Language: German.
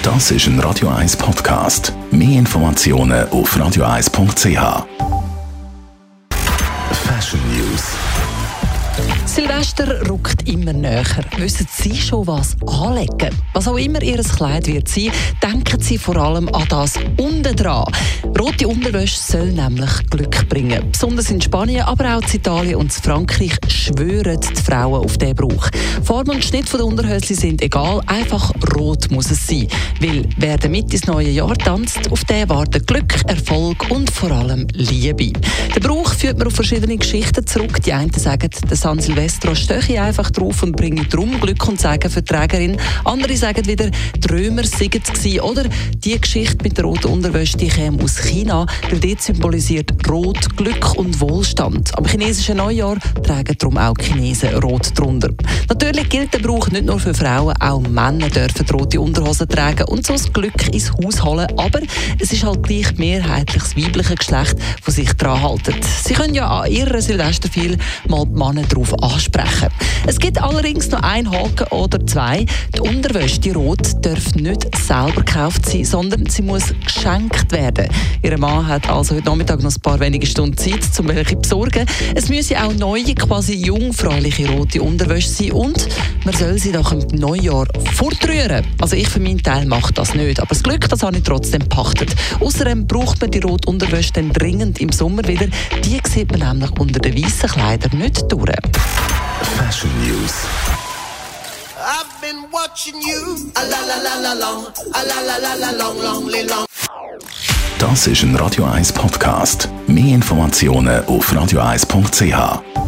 Das ist ein Radio 1 Podcast. Mehr Informationen auf radio1.ch. Fashion News. Silvester rückt immer näher. Wissen Sie schon, was anlegen? Was auch immer Ihr Kleid wird sein, denken Sie vor allem an das unten dran. Rote Unterwäsche soll nämlich Glück bringen. Besonders in Spanien, aber auch in Italien und in Frankreich schwören die Frauen auf diesen Brauch. Form und Schnitt der Unterhöschen sind egal, einfach rot muss es sein. Weil wer damit ins neue Jahr tanzt, auf den warten Glück, Erfolg und vor allem Liebe. Der Brauch führt man auf verschiedene Geschichten zurück. Die einen sagen, der San Silvestro steche einfach drauf und bringe drum Glück und Segen für die Trägerin. Andere sagen wieder, die Römer seien es gewesen. Oder die Geschichte mit der roten Unterwäsche, die käme aus China, weil dort symbolisiert Rot Glück und Wohlstand. Am chinesischen Neujahr tragen darum auch die Chinesen rot drunter. Natürlich gilt der Brauch nicht nur für Frauen, auch Männer dürfen rote Unterhosen tragen und so das Glück ins Haus holen. Aber es ist halt gleich mehrheitlich das weibliche Geschlecht, das sich daran halten. Sie können ja an ihrer Silvesterfeier mal die Männer darauf ansprechen. Es gibt allerdings noch einen Haken oder zwei. Die Unterwäsche, die rot, darf nicht selber gekauft sein, sondern sie muss geschenkt werden. Ihr Mann hat also heute Nachmittag noch ein paar wenige Stunden Zeit, um welche zu besorgen. Es müsse auch neue, quasi jungfräuliche rote Unterwäsche sein und man soll sie nach dem Neujahr fortrühren. Also ich für meinen Teil mache das nicht, aber das Glück, das habe ich trotzdem gepachtet. Außerdem braucht man die rote Unterwäsche dann dringend im Sommer wieder. Die sieht man nämlich unter den weißen Kleidern nicht durch. Fashion News. I've been watching you, a la la la la long, a la la la la long, long, long. Das ist ein Radio 1 Podcast. Mehr Informationen auf radio1.ch.